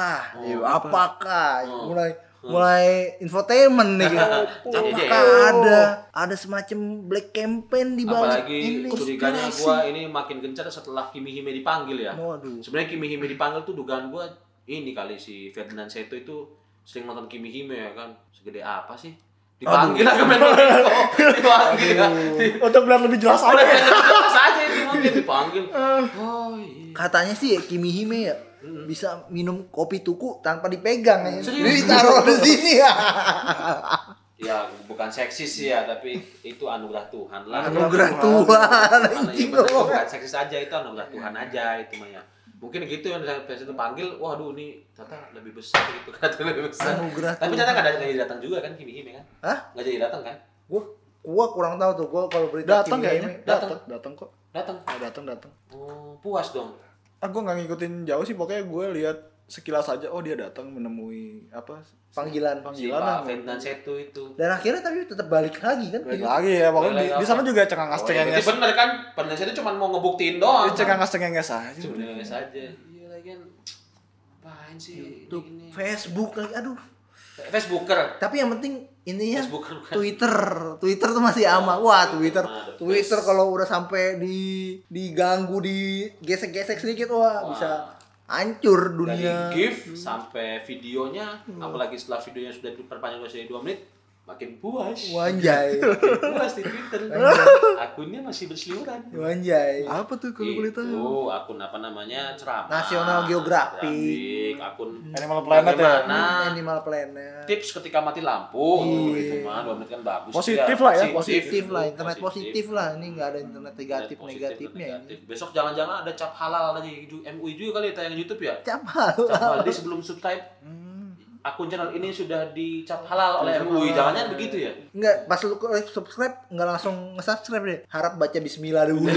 Apakah mulai infotainment nih gitu. Apakah ada semacam black campaign di bawah ini? Apalagi curiganya gue ini makin gencar setelah Kimi Hime dipanggil ya. Sebenarnya Kimi Hime dipanggil tuh dugaan gue ini kali si Ferdinand Seto itu sering nonton Kimi Hime ya kan. Segede apa sih? Dipanggil lah ke Menko. Dipanggil ya. Untuk biar lebih jelas aja. Jelas aja itu mungkin dipanggil. Katanya sih Kimi Hime ya bisa minum kopi tuku tanpa dipegang. Jadi ditaruh di sini ya. Ya bukan seksis sih ya, tapi itu anugerah Tuhan lah. Anugerah Tuhan. Bukan seksis aja, itu anugerah Tuhan aja itu mah ya. Mungkin gitu yang presiden panggil, waduh ini ternyata lebih besar gitu kan, lebih besar. Tapi ternyata nggak jadi datang juga kan Kimi Hime kan? Hah? Nggak jadi datang kan? Gua kurang tahu tuh, gua kalau berita datang kayaknya. Datang kok. Datang. Oh, puas dong. Gue nggak ngikutin jauh sih, pokoknya gue lihat sekilas aja, oh dia datang menemui panggilan si Pak Ferdinand Seto itu. Dan akhirnya tapi tetap balik lagi kan? Balik lagi ya, pokoknya di sana juga cengenges-cengenges. Itu benar kan, Ferdinand Seto cuma mau ngebuktiin doang. Cengenges-cengenges aja. Cengenges aja. Iya lagi kan. Apaan sih YouTube, Facebook lagi, aduh. Facebooker. Tapi yang penting ini ya Twitter tuh masih aman. Wah, Twitter kalau udah sampai diganggu, digesek-gesek sedikit bisa hancur dunia. Dari GIF sampai videonya, apalagi setelah videonya sudah diperpanjang jadi 2 menit, makin puas. Wanjay. Makin puas di Twitter. Akunnya masih berseliweran. Wanjay. Apa tuh kalau boleh tahu? Itu akun apa namanya? Ceramah. National Geographic. Akun Animal Planet ya. Animal Planet. Tips ketika mati lampu. Itu mah 2 menit kan bagus. Positif lah ya. Positif lah. Internet positif lah. Ini nggak ada internet negatifnya ini. Besok jangan-jangan ada cap halal lagi MUI juga kali tayang YouTube ya. Cap halal. Jadi sebelum subscribe. akun channel ini sudah dicap halal oleh MUI. Jangan-jangan begitu ya? Enggak, pas lu subscribe enggak langsung nge-subscribe deh. Harap baca bismillah dulu.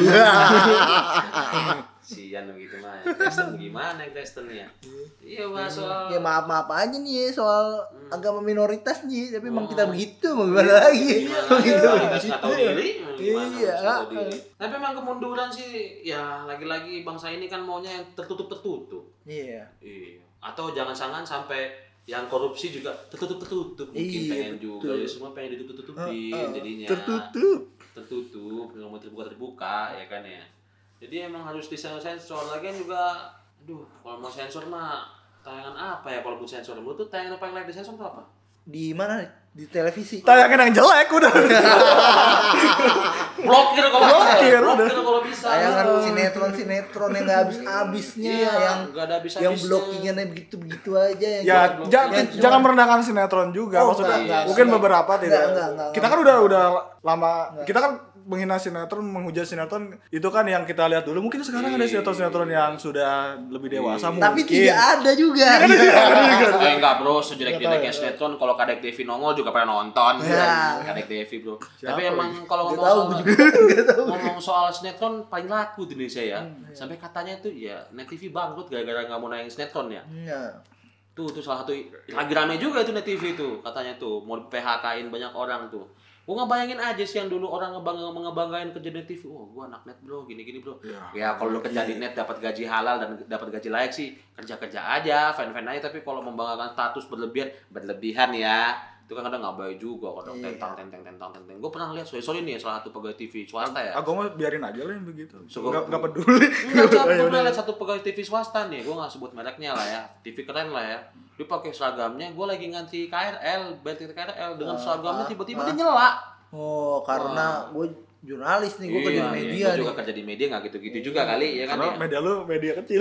Sian begitu mah. Kristen gimana Kristennya? Iya Mas, soal ya maaf aja nih ya soal agama minoritas nih, tapi emang kita begitu mau gimana lagi? Begitu. Enggak tahu diri. Iya. Tapi memang kemunduran sih ya lagi-lagi bangsa ini kan maunya yang tertutup. Iya. Atau jangan-jangan sampai yang korupsi juga tertutup mungkin pengen juga ya semua pengen ditutup-tutupin jadinya tertutup nggak mau terbuka ya kan ya. Jadi emang harus disensor lagi juga. Aduh, kalau mau sensor mah tayangan apa ya kalau buat sensor? Menurut tuh tayangan paling layak disensor tuh apa? Di mana? Di televisi. Tayangan yang jelek udah. Blokir kalau bisa. Tayangan sinetron yang nggak habisnya, yang blockingannya begitu aja. Ya jangan merendahkan sinetron juga maksudnya. Mungkin beberapa tidak. Kita kan udah lama. Kita kan menghina sinetron, menghujat sinetron itu kan yang kita lihat dulu. Mungkin sekarang ada sinetron yang sudah lebih dewasa mungkin. Tapi tidak ada juga. Enggak bro, sejelek-jeleknya sinetron kalau Kadek TV nongol juga pada nonton. Kadek TV bro. Tapi emang kalau ngomong soal sinetron paling laku di Indonesia ya. Sampai katanya tuh ya Net TV bangkrut gara-gara nggak mau nayang sinetron ya. Tuh salah satu lagi rame juga itu Net TV tuh katanya tuh mau PHK-in banyak orang tuh. Gua ngebayangin aja sih yang dulu orang ngebanggain kerja di TV. Oh, gua anak net bro, gini bro. Ya kalau lu kerja di net dapat gaji halal dan dapat gaji layak sih, kerja aja, fan aja. Tapi kalau membanggakan status berlebihan ya, itu kan kadang nggak baik juga. Kadang tentang. Gua pernah lihat sorry nih salah satu pegawai TV swasta ya. Aku mau biarin aja lah yang begitu. Nggak peduli. Enggak, pernah lihat satu pegawai TV swasta nih. Gua nggak sebut mereknya lah ya. TV keren lah ya. Dia pakai seragamnya, gue lagi ngantri KRL, BLT KRL dengan seragamnya tiba-tiba dia nyela. Oh, karena gue jurnalis nih, gue kerja di media. Gue juga kerja di media nggak gitu-gitu juga kali ya kan. Karena media lu media kecil.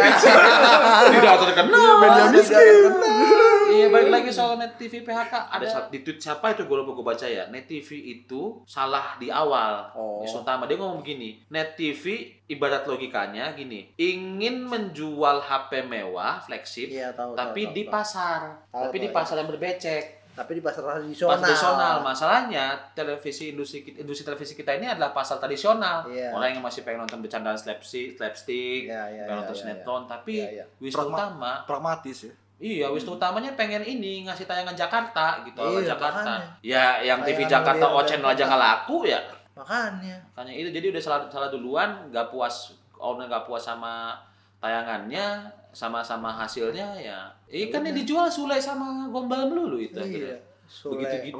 Tidak terkenal. Media miskin. Iya, balik lagi soal Net TV PHK. Ada di tweet siapa itu gue lupa gue baca ya. Net TV itu salah di awal. Isu utama dia ngomong begini. Net TV ibarat logikanya gini, ingin menjual HP mewah, flagship, tapi di pasar yang berbecek. Tapi di pasar tradisional. Masalahnya industri televisi kita ini adalah pasar tradisional. Orang yang masih pengen nonton bercandaan slapstick, pengen nonton sinetron, tapi Wisnu Utama pragmatis ya. Iya, Wisnu Utamanya pengen ngasih tayangan Jakarta gitu, Jakarta. Makanya. Ya, yang TV Jakarta channel aja nggak laku ya. Makanya itu jadi udah salah duluan, nggak puas sama tayangannya, sama hasilnya ya. Kan yang dijual Sule sama Gombal melulu itu akhirnya. Begitu-gitu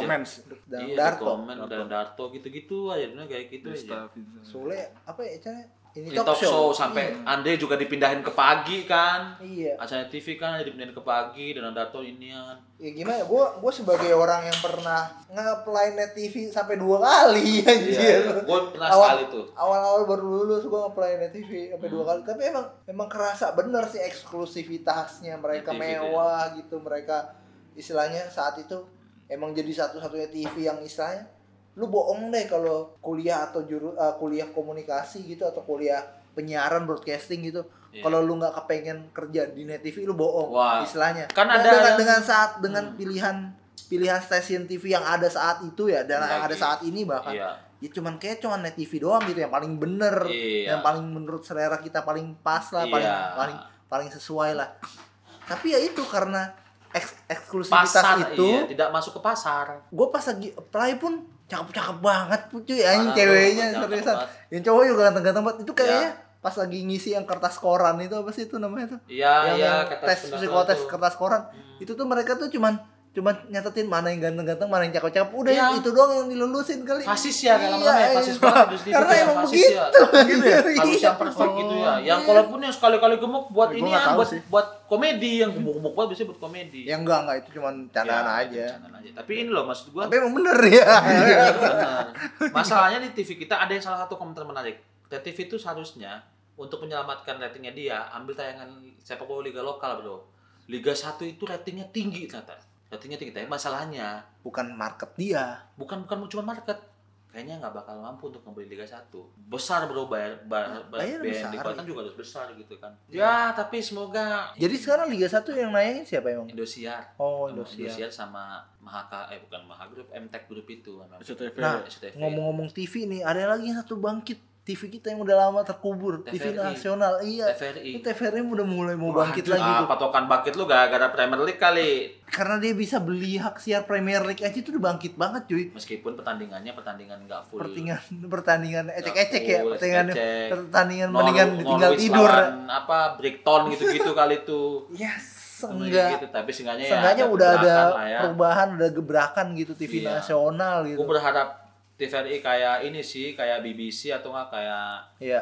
aja. Dan Darto gitu-gitu aja, kayak gitu aja. Sule apa ya caranya? Ini talk show sampai Andre juga dipindahin ke pagi kan. Acara TV kan dipindahin ke pagi dan Darto inian. Ya gimana? Gue sebagai orang yang pernah nge-apply Net TV sampai 2 kali anjir. Gue pernah sekali tuh. Awal-awal baru lulus gue nge-apply Net TV sampai 2 kali. Tapi emang kerasa bener sih eksklusivitasnya mereka mewah gitu. Mereka istilahnya saat itu emang jadi satu-satunya TV yang istilahnya lu bohong deh kalau kuliah atau kuliah komunikasi gitu atau kuliah penyiaran broadcasting gitu. Kalau lu nggak kepengen kerja di Net TV lu bohong. Istilahnya. Kan ada dengan pilihan stasiun TV yang ada saat itu ya dan yang ada saat ini bahkan. Ya cuman Net TV doang gitu yang paling bener, yang paling menurut selera kita paling pas lah, paling sesuai lah. Tapi ya itu karena eksklusivitas pasar, itu tidak masuk ke pasar. Gue pas lagi apply pun cakep banget cuy, anjing ceweknya seriusan. Yang cowok juga ganteng-ganteng banget. Itu kayaknya pas lagi ngisi yang kertas koran itu apa sih itu namanya tuh? Yang tes psikotes kertas koran. Itu tuh mereka tuh cuman nyatetin mana yang ganteng-ganteng, mana yang cakep-cakep. Udah itu doang yang dilulusin kali. Fasis ya kalau lama-lama fasis banget di karena emang begitu ya. Harus yang perfect gitu ya. Yang kalaupun yang sekali-kali gemuk buat ini ya buat komedi, yang gemuk-gemuk banget biasanya buat komedi. Ya enggak itu cuma candaan aja. Tapi ini loh maksud gua. Tapi emang bener ya. Benar. Masalahnya di TV kita ada yang salah satu komentar menarik. TV itu seharusnya untuk menyelamatkan ratingnya dia ambil tayangan sepak bola liga lokal, bro. Liga 1 itu ratingnya tinggi ternyata. Ratingnya tinggi, tapi masalahnya bukan market dia. Bukan cuma market. kayaknya nggak bakal mampu untuk membeli Liga 1. Besar bro, biaya yang dikeluarkan juga harus besar gitu kan. Ya, tapi semoga. Jadi sekarang Liga 1 yang nayangin siapa emang? Indosiar. Oh, Indosiar. Indosiar sama bukan Maha Group, MTech Group itu. SCTV. Nah, ngomong-ngomong TV nih, ada lagi yang satu bangkit. TV kita yang udah lama terkubur, TVRI. TV nasional. Iya. TVRI udah mulai mau bangkit lagi tuh. Patokan bangkit lu gara-gara Premier League kali. Karena dia bisa beli hak siar Premier League aja itu udah bangkit banget cuy. Meskipun pertandingan enggak full. Pertandingan ecek-ecek ya, pertandingan mendingan ditinggal Norwich tidur. Brighton gitu-gitu kali tuh. Yes, enggak. Gitu, tapi seenggaknya udah ada perubahan, udah gebrakan gitu TV nasional gitu. Gue berharap TVRI kayak ini sih, kayak BBC atau enggak kayak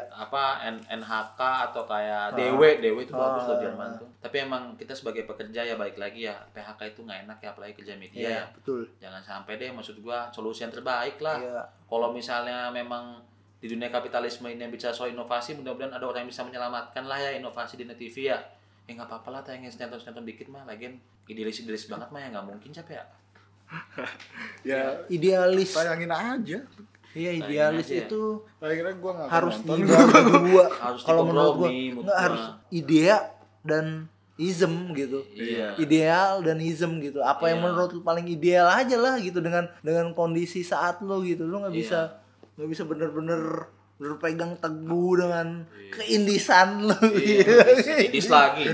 NHK atau kayak DW itu bagus loh Jerman tuh. Tapi emang kita sebagai pekerja ya balik lagi ya, PHK itu nggak enak ya, apalagi kerja media ya. Betul. Jangan sampai deh, maksud gua solusi yang terbaik lah. Kalau misalnya memang di dunia kapitalisme ini yang bicara soal inovasi, mudah-mudahan ada orang yang bisa menyelamatkan lah ya inovasi di TV ya. Ya nggak apa-apa lah, tayangin sinetron dikit mah, lagian idealis banget mah ya nggak mungkin capek ya. Ya idealis tayangin aja. Iya, idealis itu kira-kira gua harus dibagi dua. Kalau menurut gua nggak harus idea dan ism gitu. Ideal dan ism gitu. Apa yang menurut lu paling ideal aja lah gitu dengan kondisi saat lu gitu. Lu nggak bisa bener-bener berpegang teguh dengan keindisan lu. Indis lagi.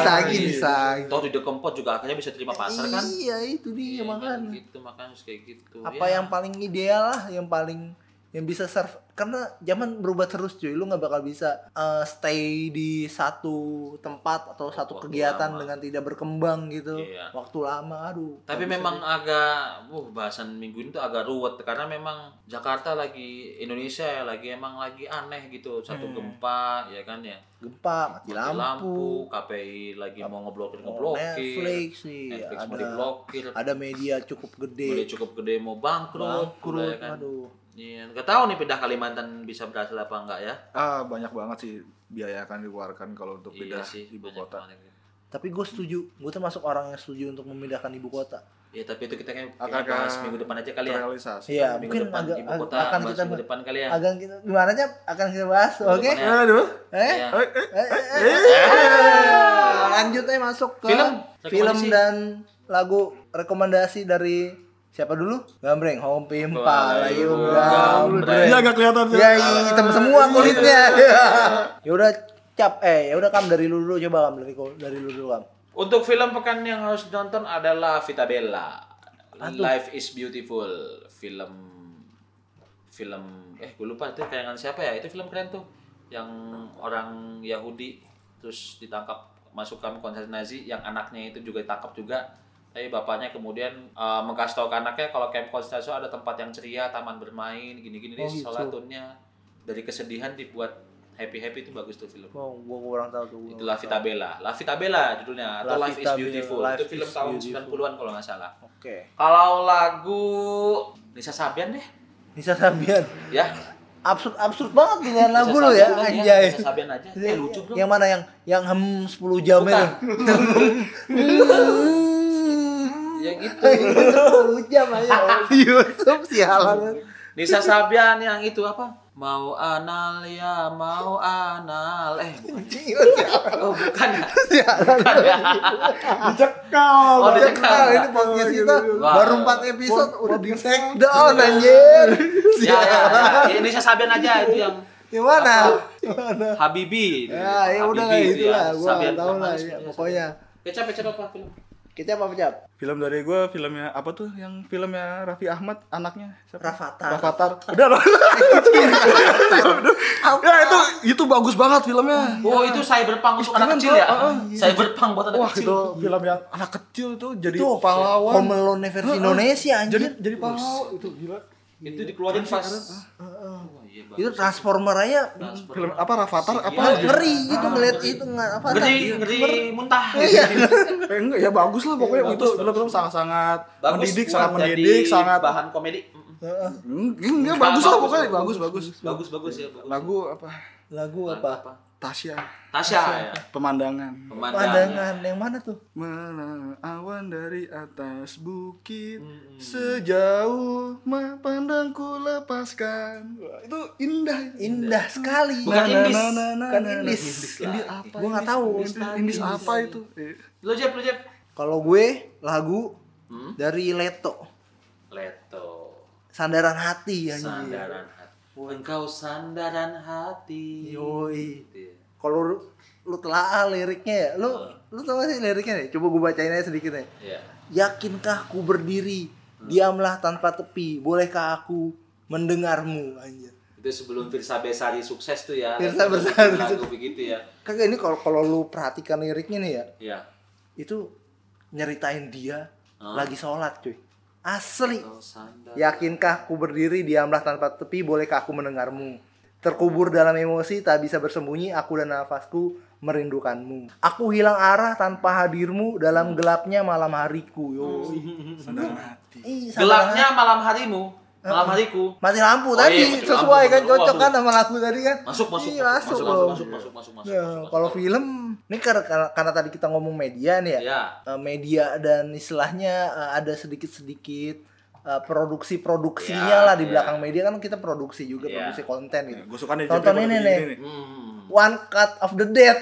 Toh di Kempot juga akhirnya bisa terima pasar kan? Iya, itu dia makanya. Gitu, makanya harus kayak gitu. Apa yang paling ideal lah, yang bisa serve, karena zaman berubah terus cuy. Lu nggak bakal bisa stay di satu tempat atau satu kegiatan dengan tidak berkembang gitu. Waktu lama, aduh. Tapi memang agak bahasan minggu ini tuh agak ruwet karena memang Jakarta Indonesia lagi aneh gitu. Satu gempa ya kan ya. Gempa, mati lampu, KPI lagi mau ngeblokir Netflix mau diblokir. Ada media cukup gede mau bangkrut ya kan? Aduh. Iya, nggak tahu nih pindah Kalimantan bisa berhasil apa enggak ya? Banyak banget sih biaya akan dikeluarkan kalau untuk pindah ibu kota. Tapi gue setuju, gue termasuk orang yang setuju untuk memindahkan ibu kota. Ya, tapi itu kita akan bahas minggu depan aja kali ya. Iya, mungkin depan, ibu kota akan kita minggu depan kali ya. Gimana aja akan kita bahas, oke? Aduh. Lanjut masuk ke film dan lagu rekomendasi dari siapa dulu? Gambreng, Hompi Palayung Gambreng. Iya, agak kelihatan sih. Ya, hitam semua kulitnya. Ya udah Kam, dari lu dulu, coba Kam, dari lu dulu Kam. Untuk film pekan yang harus ditonton adalah Vita Bella. Life is Beautiful. Film gue lupa itu tayangan siapa ya? Itu film keren tuh. Yang orang Yahudi terus ditangkap masuk kamp konsentrasi, yang anaknya itu juga ditangkap juga. Tapi bapaknya kemudian mengkasih tahu ke anaknya kalau camp konsentrasi ada tempat yang ceria, taman bermain, gini-gini. Soalnya tone-nya dari kesedihan dibuat happy itu bagus tuh film. Gua kurang tahu tuh. Itulah Vita Bella. La Vita Bella judulnya atau Life is Beautiful. Itu film tahun 90-an kalau nggak salah. Oke. Kalau lagu Nisa Sabian deh. Nisa Sabian. Ya. Absurd banget pilihan lagu lu ya, anjay. Nisa Sabian aja. Lucu bro. Yang mana yang 10 jam itu? Yang itu 10 jam aja YouTube sialan. Nisa Sabian yang itu apa? Mau anal ya, mau anal. Bukan. Oh, bukan ya? Bukan ya? Dicekal. Ini podcast kita baru 4 episode udah di take down anjir. Ya, Nisa Sabian aja itu yang gimana? Habibi. Ya udah lah itulah, gua enggak tahu lah ya pokoknya. Kecap apa film? Kita apa Cap? Film dari gue, filmnya apa tuh? Yang filmnya Raffi Ahmad, anaknya siapa? Rafathar. Udah loh. Ya itu bagus banget filmnya. Oh, itu Cyberpunk untuk anak kecil ya? Cyberpunk buat anak kecil. Wah, itu film yang anak kecil itu jadi pahlawan. Home Alone versi Indonesia anjir. Jadi pahlawan itu gila. Itu dikeluarin pas. Itu Transformer aja. Film apa Rafathar apa? Ngeri gitu ngeliat itu apa? Ngeri muntah. Enggak ya bagus lah pokoknya itu film sangat mendidik, sangat bahan komedi. Enggak bagus lah pokoknya bagus. Bagus ya. Lagu apa? Lagu apa? Tasya ya. Pemandangan yang mana tuh? Mana awan dari atas bukit sejauh mah pandangku lepaskan. Wah, itu indah sekali. Bukan Indis. Indis apa? Gue nggak tahu. Indis apa itu? Lu Jep. Kalau gue lagu dari Leto. Sandaran hati ya. Sandaran hati. Engkau sandaran hati. Yoi. Kalau lu telah liriknya ya, lu tau gak sih liriknya nih? Coba gue bacain aja sedikit nih. Yeah. Yakinkah ku berdiri, diamlah tanpa tepi, bolehkah aku mendengarmu, anjir. Itu sebelum Firsa Besari sukses tuh ya. Firsa Besari lagu begitu ya. Kagak, ini kalau lu perhatikan liriknya nih ya. Iya. Itu nyeritain dia lagi sholat, cuy. Asli. Yakinkah ku berdiri, diamlah tanpa tepi, bolehkah aku mendengarmu. Terkubur dalam emosi, tak bisa bersembunyi, aku dan nafasku merindukanmu. Aku hilang arah tanpa hadirmu dalam gelapnya malam hariku. Sandaran hati. Gelapnya malam harimu, malam hariku. Mati lampu tadi, sesuai kan, cocok kan sama lagu tadi kan? Masuk. Ya, kalau film, ini karena tadi kita ngomong media nih ya. Media dan istilahnya ada sedikit produksinya lah di belakang media kan kita produksi juga, produksi konten gitu. Gue suka nih tonton ini nih. One Cut of the Dead.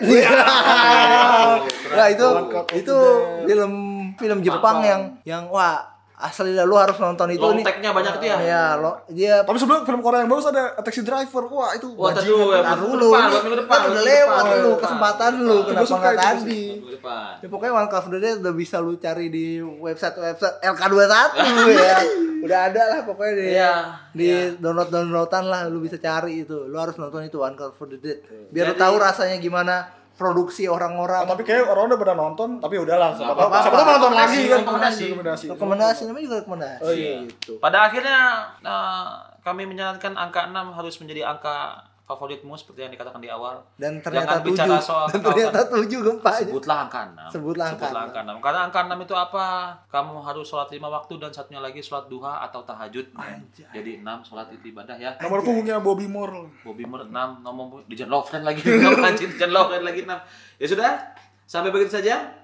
Nah, itu film Jepang yang wah, asli lu harus nonton itu. Long take-nya banyak tuh ya. Iya, dia. Tapi sebelum film Korea yang bagus ada Taxi Driver. Wah, itu bajingan. Minggu depan udah lewat lu kesempatan lu, kenapa enggak tadi? Ya pokoknya One Cut of the Dead udah bisa lu cari di website LK21 ya. Udah ada lah pokoknya di downloadan lah, lu bisa cari itu. Lu harus nonton itu One Cut of the Dead. Biar lu tahu rasanya gimana produksi orang-orang. Tapi kayak orang udah pernah nonton, tapi udahlah. Siapa tahu nonton lagi kan. Rekomendasi namanya juga rekomendasi. Oh iya. Gitu. Pada akhirnya kami menyarankan angka 6 harus menjadi angka favoritmu seperti yang dikatakan di awal. Dan ternyata 7. Bicara soal dan ternyata 7 gempanya. Sebutlah angka 6. Sebutlah angka 6. Karena angka 6 itu apa? Kamu harus sholat 5 waktu dan satunya lagi sholat duha atau tahajud. Anjay. Jadi 6 sholat itu ibadah ya. Nomor punggungnya Bobby Moore 6, nomor Dijan Lovren lagi. 6. Ya sudah, sampai begitu saja.